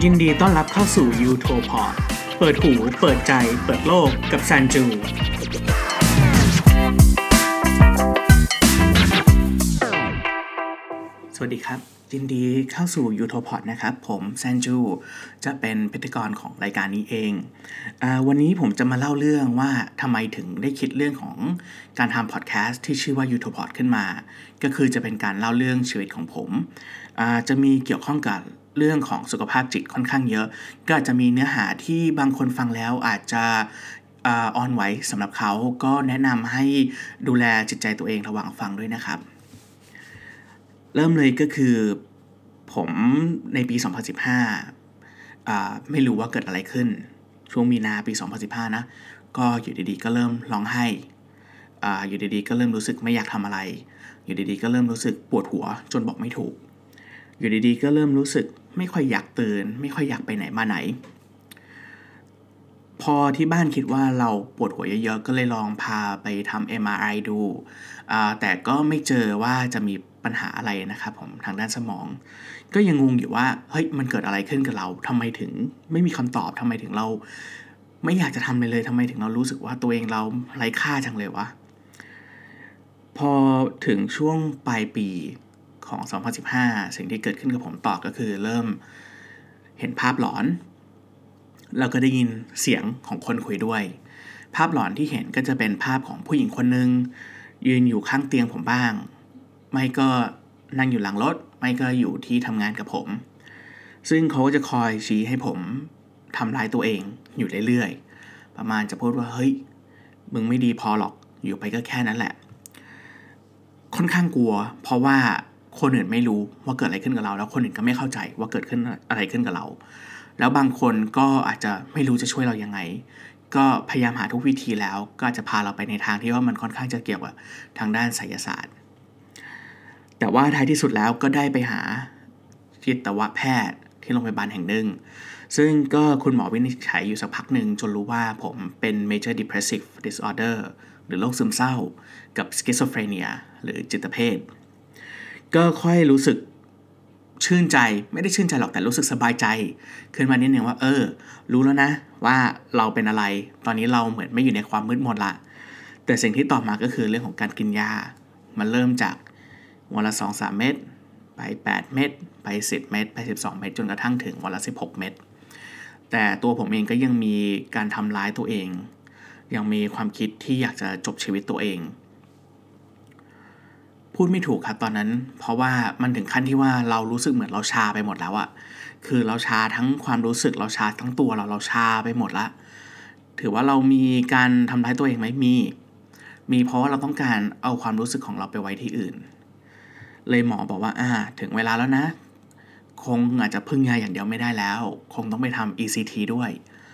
ยินดีต้อนรับเข้าสู่ Utopod เปิดหูเปิดใจเปิดโลกกับซันจูสวัสดีครับยินดีเข้าสู่ Utopod นะครับผมซันจูจะเป็นพิธีกรของรายการนี้เองวันนี้ผมจะมาเล่าเรื่องว่าทำไมถึงได้คิดเรื่องของการทำพอดแคสต์ที่ชื่อว่า Utopod ขึ้นมาก็คือจะเป็นการเล่าเรื่องชีวิตของผมจะมีเกี่ยวข้องกับเรื่องของสุขภาพจิตค่อนข้างเยอะก็อาจจะมีเนื้อหาที่บางคนฟังแล้วอาจจะอ่อนไหวสำหรับเขาก็แนะนำให้ดูแลจิตใจตัวเองระหว่างฟังด้วยนะครับเริ่มเลยก็คือผมในปี 2015 ไม่รู้ว่าเกิดอะไรขึ้นช่วงมีนาปี 2015 นะก็อยู่ดีๆก็เริ่มร้องไห้อยู่ดีๆก็เริ่มรู้สึกไม่อยากทำอะไรอยู่ดีๆก็เริ่มรู้สึกปวดหัวจนบอกไม่ถูกอยู่ดีๆก็เริ่มรู้สึกไม่ค่อยอยากตื่นไม่ค่อยอยากไปไหนมาไหนพอที่บ้านคิดว่าเราปวดหัวเยอะๆก็เลยลองพาไปทำ MRI ดูแต่ก็ไม่เจอว่าจะมีปัญหาอะไรนะครับผมทางด้านสมองก็ยังงงอยู่ว่าเฮ้ยมันเกิดอะไรขึ้นกับเราทำไมถึงไม่มีคำตอบทำไมถึงเราไม่อยากจะทำเลยทำไมถึงเรารู้สึกว่าตัวเองเราไร้ค่าจังเลยวะพอถึงช่วงปลายปีของ 2015 สิ่งที่เกิดขึ้นกับผมต่อก็คือเริ่มเห็นภาพหลอนแล้วก็ได้ยินเสียงของคนคุยด้วยภาพหลอนที่เห็นก็จะเป็นภาพของผู้หญิงคนนึงยืนอยู่ข้างเตียงผมบ้างไม่ก็นั่งอยู่หลังรถไม่ก็อยู่ที่ทำงานกับผมซึ่งเขาจะคอยชี้ให้ผมทำร้ายตัวเองอยู่เรื่อยๆประมาณจะพูดว่าเฮ้ยมึงไม่ดีพอหรอกอยู่ไปก็แค่นั้นแหละค่อนข้างกลัวเพราะว่าคนอื่นไม่รู้ว่าเกิดอะไรขึ้นกับเราแล้วคนอื่นก็ไม่เข้าใจว่าเกิดขึ้นอะไรขึ้นกับเราแล้วบางคนก็อาจจะไม่รู้จะช่วยเรายังไงก็พยายามหาทุกวิธีแล้วก็อาจจะพาเราไปในทางที่ว่ามันค่อนข้างจะเกี่ยวกับทางด้านไสยศาสตร์แต่ว่าท้ายที่สุดแล้วก็ได้ไปหาจิตแพทย์ที่โรงพยาบาลแห่งหนึ่งซึ่งก็คุณหมอวินิจฉัยอยู่สักพักหนึ่งจนรู้ว่าผมเป็น major depressive disorder หรือโรคซึมเศร้ากับ schizophrenia หรือจิตเภทก็ค่อยรู้สึกชื่นใจไม่ได้ชื่นใจหรอกแต่รู้สึกสบายใจขึ้นมานิดนึงว่ารู้แล้วนะว่าเราเป็นอะไรตอนนี้เราเหมือนไม่อยู่ในความมืดมนละแต่สิ่งที่ต่อมาก็คือเรื่องของการกินยามันเริ่มจากวันละ 2-3 เม็ดไป8เม็ดไป10เม็ดไป12เม็ดจนกระทั่งถึงวันละ16เม็ดแต่ตัวผมเองก็ยังมีการทำร้ายตัวเองยังมีความคิดที่อยากจะจบชีวิตตัวเองพูดไม่ถูกครับตอนนั้นเพราะว่ามันถึงขั้นที่ว่าเรารู้สึกเหมือนเราชาไปหมดแล้วอะคือเราชาทั้งความรู้สึกเราชาทั้งตัวเราชาไปหมดละถือว่าเรามีการทำร้ายตัวเองไหมมีเพราะว่าเราต้องการเอาความรู้สึกของเราไปไว้ที่อื่นเลยหมอบอกว่าถึงเวลาแล้วนะคงอาจจะพึ่งยาอย่างเดียวไม่ได้แล้วคงต้องไปทำ ECT ด้วย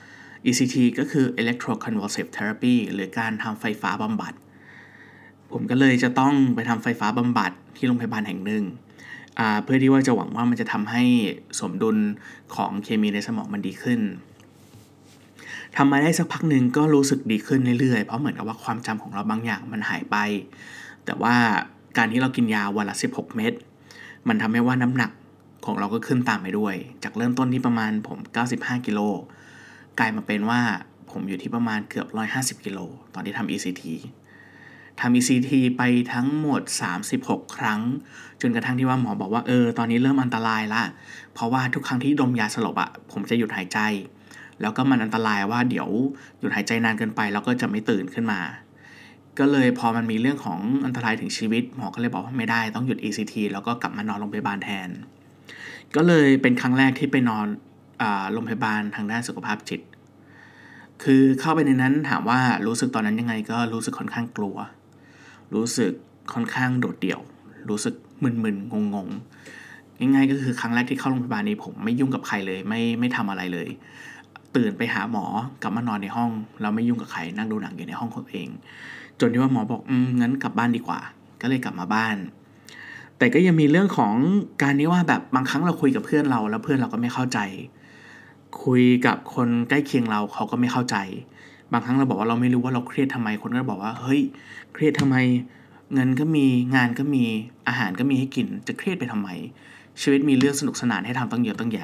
ECT ก็คือ Electroconvulsive Therapy หรือการทำไฟฟ้าบำบัดผมก็เลยจะต้องไปทำไฟฟ้าบำบัดที่โรงพยาบาลแห่งหนึ่งเพื่อที่ว่าจะหวังว่ามันจะทำให้สมดุลของเคมีในสมองมันดีขึ้นทำมาได้สักพักหนึ่งก็รู้สึกดีขึ้นเรื่อยๆเพราะเหมือนกับว่าความจำของเราบางอย่างมันหายไปแต่ว่าการที่เรากินยาวันละ16เม็ดมันทำให้ว่าน้ำหนักของเราก็ขึ้นตามไปด้วยจากเริ่มต้นที่ประมาณผม95กิโลกลายมาเป็นว่าผมอยู่ที่ประมาณเกือบ150กิโลตอนที่ทำ ECTทำ ECT ไปทั้งหมด36ครั้งจนกระทั่งที่ว่าหมอบอกว่าตอนนี้เริ่มอันตรายละเพราะว่าทุกครั้งที่ดมยาสลบผมจะหยุดหายใจแล้วก็มันอันตรายว่าเดี๋ยวหยุดหายใจนานเกินไปแล้วก็จะไม่ตื่นขึ้นมาก็เลยพอมันมีเรื่องของอันตรายถึงชีวิตหมอก็เลยบอกว่าไม่ได้ต้องหยุด ECT แล้วก็กลับมานอนโรงพยาบาลแทนก็เลยเป็นครั้งแรกที่ไปนอนโรงพยาบาลทางด้านสุขภาพจิตคือเข้าไปในนั้นถามว่ารู้สึกตอนนั้นยังไงก็รู้สึกค่อนข้างกลัวรู้สึกค่อนข้างโดดเดี่ยวรู้สึกมึนๆงงๆง่ายๆก็คือครั้งแรกที่เข้าโรงพยาบาลนี้ผมไม่ยุ่งกับใครเลยไม่ทำอะไรเลยตื่นไปหาหมอกลับมานอนในห้องแล้วไม่ยุ่งกับใครนั่งดูหนังอยู่ในห้องของตัวเองจนที่ว่าหมอบอกงั้นกลับบ้านดีกว่าก็เลยกลับมาบ้านแต่ก็ยังมีเรื่องของการนี้ว่าแบบบางครั้งเราคุยกับเพื่อนเราแล้วเพื่อนเราก็ไม่เข้าใจคุยกับคนใกล้เคียงเราเขาก็ไม่เข้าใจบางครั้งเราบอกว่าเราไม่รู้ว่าเราเครียดทำไมคนก็บอกว่าเฮ้ยเครียดทำไมเงินก็มีงานก็มีอาหารก็มีให้กินจะเครียดไปทำไมชีวิตมีเรื่องสนุกสนานให้ทำตั้งเยอะตั้งแยะ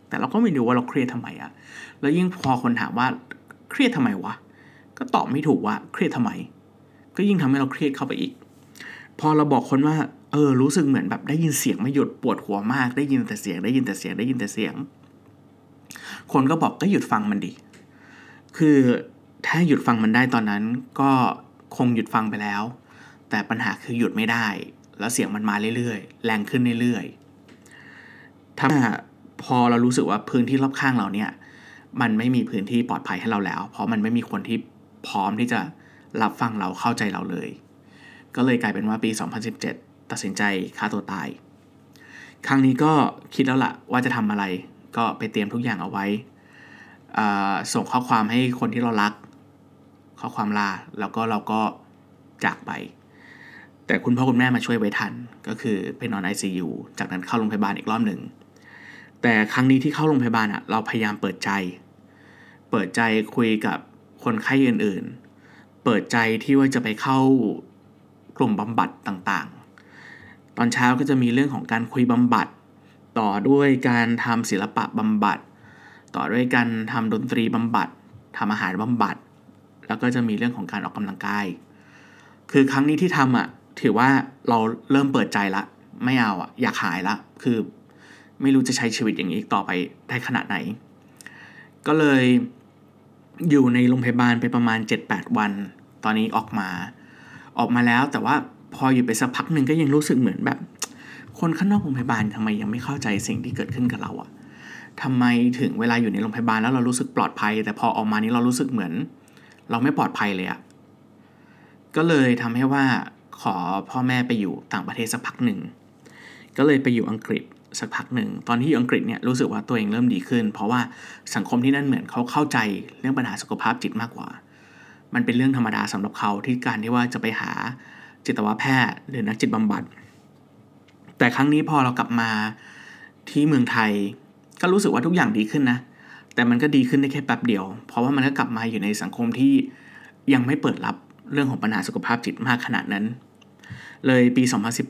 แต่เราก็ไม่รู้ว่าเราเครียดทำไมอะแล้วยิ่งพอคนถามว่าเครียดทำไมวะก็ตอบไม่ถูกว่าเครียดทำไมก็ยิ่งทำให้เราเครียดเข้าไปอีกพอเราบอกคนว่ารู้สึกเหมือนแบบได้ยินเสียงไม่หยุดปวดหัวมากได้ยินแต่เสียงได้ยินแต่เสียงได้ยินแต่เสียงคนก็บอกก็หยุดฟังมันดิคือถ้าหยุดฟังมันได้ตอนนั้นก็คงหยุดฟังไปแล้วแต่ปัญหาคือหยุดไม่ได้แล้วเสียงมันมาเรื่อยๆแรงขึ้นเรื่อยๆถ้าพอเรารู้สึกว่าพื้นที่รอบข้างเราเนี่ยมันไม่มีพื้นที่ปลอดภัยให้เราแล้วเพราะมันไม่มีคนที่พร้อมที่จะรับฟังเราเข้าใจเราเลยก็เลยกลายเป็นว่าปี 2017 ตัดสินใจฆ่าตัวตายครั้งนี้ก็คิดแล้วล่ะว่าจะทำอะไรก็ไปเตรียมทุกอย่างเอาไว้ส่งข้อความให้คนที่เรารักข้อความลาแล้วก็เราก็จากไปแต่คุณพ่อคุณแม่มาช่วยไว้ทันก็คือไปนอน ICU จากนั้นเข้าโรงพยาบาลอีกรอบหนึ่งแต่ครั้งนี้ที่เข้าโรงพยาบาลเราพยายามเปิดใจคุยกับคนไข้อื่นๆเปิดใจที่ว่าจะไปเข้ากลุ่มบำบัดต่างๆตอนเช้าก็จะมีเรื่องของการคุยบำบัดต่อด้วยการทำศิลปะบำบัดต่อด้วยการทำดนตรีบำบัดทำอาหารบำบัดแล้วก็จะมีเรื่องของการออกกำลังกายคือครั้งนี้ที่ทำถือว่าเราเริ่มเปิดใจละไม่เอาอยากหายละคือไม่รู้จะใช้ชีวิตอย่างนี้ต่อไปได้ขนาดไหนก็เลยอยู่ในโรงพยาบาลไปประมาณ 7-8 วันตอนนี้ออกมาแล้วแต่ว่าพออยู่ไปสักพักหนึ่งก็ยังรู้สึกเหมือนแบบคนข้างนอกโรงพยาบาลทำไมยังไม่เข้าใจสิ่งที่เกิดขึ้นกับเราทำไมถึงเวลาอยู่ในโรงพยาบาลแล้วเรารู้สึกปลอดภัยแต่พอออกมานี้เรารู้สึกเหมือนเราไม่ปลอดภัยเลยก็เลยทำให้ว่าขอพ่อแม่ไปอยู่ต่างประเทศสักพักหนึ่งก็เลยไปอยู่อังกฤษสักพักหนึ่งตอนที่อยู่อังกฤษเนี่ยรู้สึกว่าตัวเองเริ่มดีขึ้นเพราะว่าสังคมที่นั่นเหมือนเขาเข้าใจเรื่องปัญหาสุขภาพจิตมากกว่ามันเป็นเรื่องธรรมดาสำหรับเขาที่การที่ว่าจะไปหาจิตแพทย์หรือนักจิตบำบัดแต่ครั้งนี้พอเรากลับมาที่เมืองไทยก็รู้สึกว่าทุกอย่างดีขึ้นนะแต่มันก็ดีขึ้นได้แค่แป๊บเดียวเพราะว่ามันก็กลับมาอยู่ในสังคมที่ยังไม่เปิดรับเรื่องของปัญหาสุขภาพจิตมากขนาดนั้นเลยปี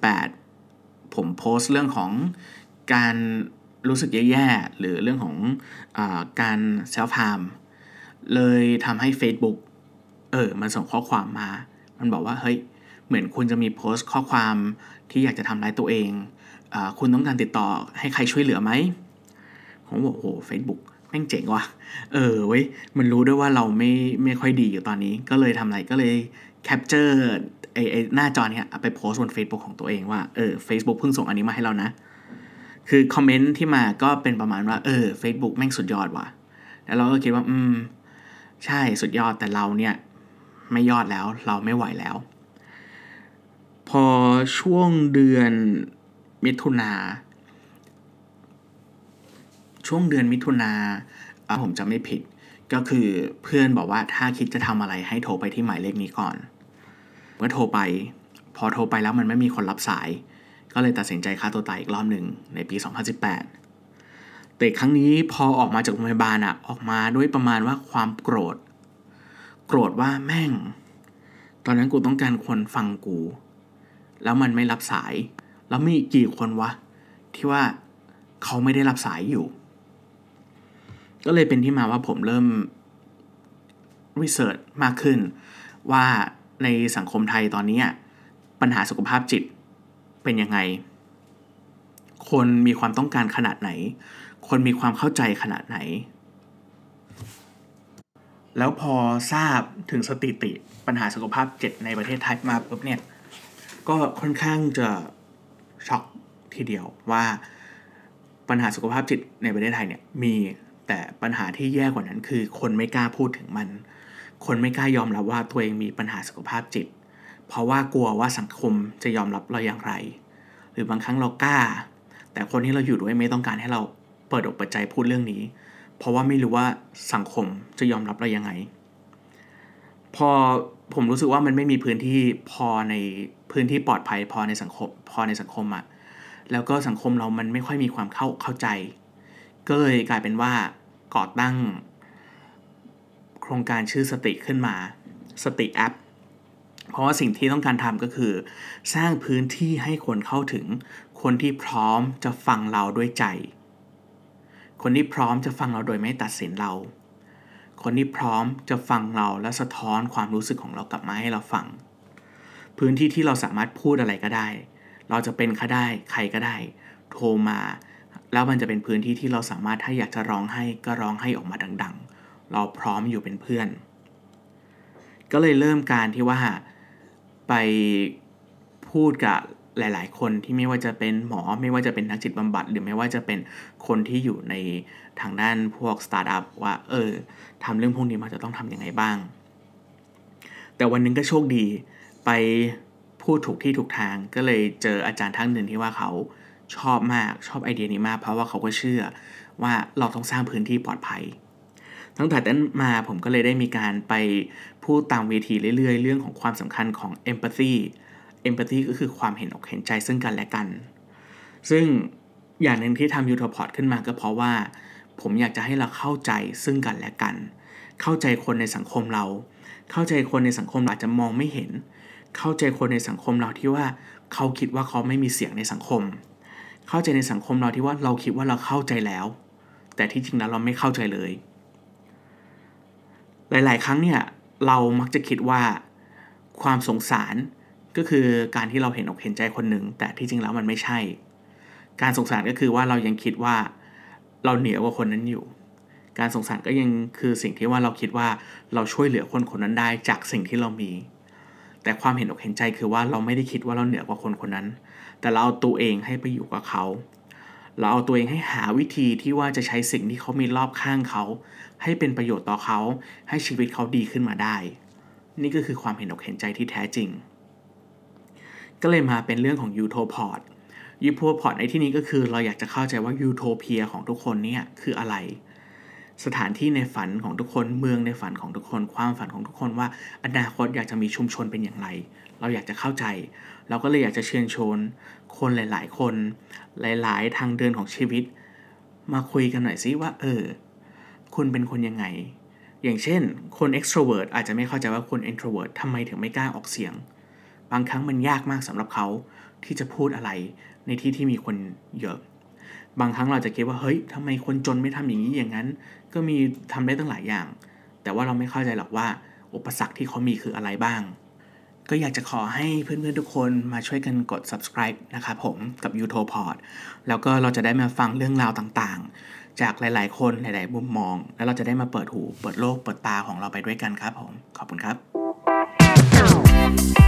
2018 ผมโพสต์เรื่องของการรู้สึกแย่ๆหรือเรื่องของการเซลฟ์ฮาร์มเลยทำให้ Facebook มันส่งข้อความมามันบอกว่าเฮ้ยเหมือนคุณจะมีโพสต์ข้อความที่อยากจะทำร้ายตัวเองคุณต้องการติดต่อให้ใครช่วยเหลือไหมผมบอกโอ้ Facebook แม่งเจ๋งว่ะเว้ยมันรู้ด้วยว่าเราไม่ค่อยดีอยู่ตอนนี้ก็เลยทำอะไรก็เลยแคปเจอร์ไอหน้าจอเนี้ยเอาไปโพสต์บน Facebook ของตัวเองว่าFacebook เพิ่งส่งอันนี้มาให้เรานะคือคอมเมนต์ที่มาก็เป็นประมาณว่าFacebook แม่งสุดยอดว่ะแล้วเราก็คิดว่าใช่สุดยอดแต่เราเนี่ยไม่ยอดแล้วเราไม่ไหวแล้วพอช่วงเดือนมิถุนาผมจะไม่ผิดก็คือเพื่อนบอกว่าถ้าคิดจะทำอะไรให้โทรไปที่หมายเลขนี้ก่อนเมื่อโทรไปพอโทรไปแล้วมันไม่มีคนรับสายก็เลยตัดสินใจฆ่าตัวตายอีกรอบหนึ่งในปี 2018แต่ครั้งนี้พอออกมาจากโรงพยาบาลออกมาด้วยประมาณว่าความโกรธว่าแม่งตอนนั้นกูต้องการคนฟังกูแล้วมันไม่รับสายแล้วมีกี่คนวะที่ว่าเขาไม่ได้รับสายอยู่ก็เลยเป็นที่มาว่าผมเริ่มรีเสิร์ชมากขึ้นว่าในสังคมไทยตอนนี้ปัญหาสุขภาพจิตเป็นยังไงคนมีความต้องการขนาดไหนคนมีความเข้าใจขนาดไหนแล้วพอทราบถึงสถิติปัญหาสุขภาพจิตในประเทศไทยมาปุ๊บเนี่ยก็ค่อนข้างจะช็อกทีเดียวว่าปัญหาสุขภาพจิตในประเทศไทยเนี่ยมีแต่ปัญหาที่แย่กว่านั้นคือคนไม่กล้าพูดถึงมันคนไม่กล้ายอมรับว่าตัวเองมีปัญหาสุขภาพจิตเพราะว่ากลัวว่าสังคมจะยอมรับเราอย่างไรหรือบางครั้งเรากล้าแต่คนที่เราอยู่ด้วยไม่ต้องการให้เราเปิดอกเปิดใจพูดเรื่องนี้เพราะว่าไม่รู้ว่าสังคมจะยอมรับเรายังไงพอผมรู้สึกว่ามันไม่มีพื้นที่พอในพื้นที่ปลอดภัยพอในสังคมแล้วก็สังคมเรามันไม่ค่อยมีความเข้าใจก็เลยกลายเป็นว่าก่อตั้งโครงการชื่อสติขึ้นมาสติแอปเพราะว่าสิ่งที่ต้องการทำก็คือสร้างพื้นที่ให้คนเข้าถึงคนที่พร้อมจะฟังเราด้วยใจคนที่พร้อมจะฟังเราโดยไม่ตัดสินเราคนที่พร้อมจะฟังเราและสะท้อนความรู้สึกของเรากลับมาให้เราฟังพื้นที่ที่เราสามารถพูดอะไรก็ได้เราจะเป็นใครก็ได้โทรมาแล้วมันจะเป็นพื้นที่ที่เราสามารถถ้าอยากจะร้องให้ก็ร้องให้ออกมาดังๆเราพร้อมอยู่เป็นเพื่อนก็เลยเริ่มการที่ว่าไปพูดกับหลายๆคนที่ไม่ว่าจะเป็นหมอไม่ว่าจะเป็นนักจิตบำบัดหรือไม่ว่าจะเป็นคนที่อยู่ในทางด้านพวกสตาร์ทอัพว่าทำเรื่องพวกนี้มันจะต้องทำยังไงบ้างแต่วันนึงก็โชคดีไปพูดถูกที่ถูกทางก็เลยเจออาจารย์ท่านหนึ่งที่ว่าเขาชอบมากชอบไอเดียนี้มากเพราะว่าเขาก็เชื่อว่าเราต้องสร้างพื้นที่ปลอดภัยตั้งแต่นั้นมาผมก็เลยได้มีการไปพูดตามเวทีเรื่อยๆเรื่องของความสำคัญของ empathy ก็คือความเห็นอกเห็นใจซึ่งกันและกันซึ่งอย่างหนึ่งที่ทำ Utopod ขึ้นมาก็เพราะว่าผมอยากจะให้เราเข้าใจซึ่งกันและกันเข้าใจคนในสังคมเราเข้าใจคนในสังคมอาจจะมองไม่เห็นเข้าใจคนในสังคมเราที่ว่าเขาคิดว่าเขาไม่มีเสียงในสังคมเข้าใจในสังคมเราที่ว่าเราคิดว่าเราเข้าใจแล้วแต่ที่จริงแล้วเราไม่เข้าใจเลยหลายๆครั้งเนี่ยเรามักจะคิดว่าความสงสารก็คือการที่เราเห็นอกเห็นใจคนหนึ่งแต่ที่จริงแล้วมันไม่ใช่การสงสารก็คือว่าเรายังคิดว่าเราเหนือกว่าคนนั้นอยู่การสงสารก็ยังคือสิ่งที่ว่าเราคิดว่าเราช่วยเหลือคนคนนั้นได้จากสิ่งที่เรามีแต่ความเห็นอกเห็นใจคือว่าเราไม่ได้คิดว่าเราเหนือกว่าคนคนนั้นแต่เราเอาตัวเองให้ไปอยู่กับเขาเราเอาตัวเองให้หาวิธีที่ว่าจะใช้สิ่งที่เขามีรอบข้างเขาให้เป็นประโยชน์ต่อเขาให้ชีวิตเขาดีขึ้นมาได้นี่ก็คือความเห็นอกเห็นใจที่แท้จริงก็เลยมาเป็นเรื่องของ Utopod ในที่นี้ก็คือเราอยากจะเข้าใจว่ายูโทเปียของทุกคนเนี่ยคืออะไรสถานที่ในฝันของทุกคนเมืองในฝันของทุกคนความฝันของทุกคนว่าอนาคตอยากจะมีชุมชนเป็นอย่างไรเราอยากจะเข้าใจเราก็เลยอยากจะเชิญชวนคนหลายๆคนหลายๆทางเดินของชีวิตมาคุยกันหน่อยสิว่าคุณเป็นคนยังไงอย่างเช่นคน extrovert อาจจะไม่เข้าใจว่าคน introvert ทำไมถึงไม่กล้าออกเสียงบางครั้งมันยากมากสำหรับเขาที่จะพูดอะไรในที่ที่มีคนเยอะบางครั้งเราจะคิดว่าเฮ้ยทำไมคนจนไม่ทำอย่างนี้อย่างนั้นก็มีทำได้ตั้งหลายอย่างแต่ว่าเราไม่เข้าใจหรอกว่าอุปสรรคที่เขามีคืออะไรบ้างก็อยากจะขอให้เพื่อนๆทุกคนมาช่วยกันกด subscribe นะครับผมกับ Utopod แล้วก็เราจะได้มาฟังเรื่องราวต่างๆจากหลายๆคนหลายๆมุมมองแล้วเราจะได้มาเปิดหูเปิดโลกเปิดตาของเราไปด้วยกันครับผมขอบคุณครับ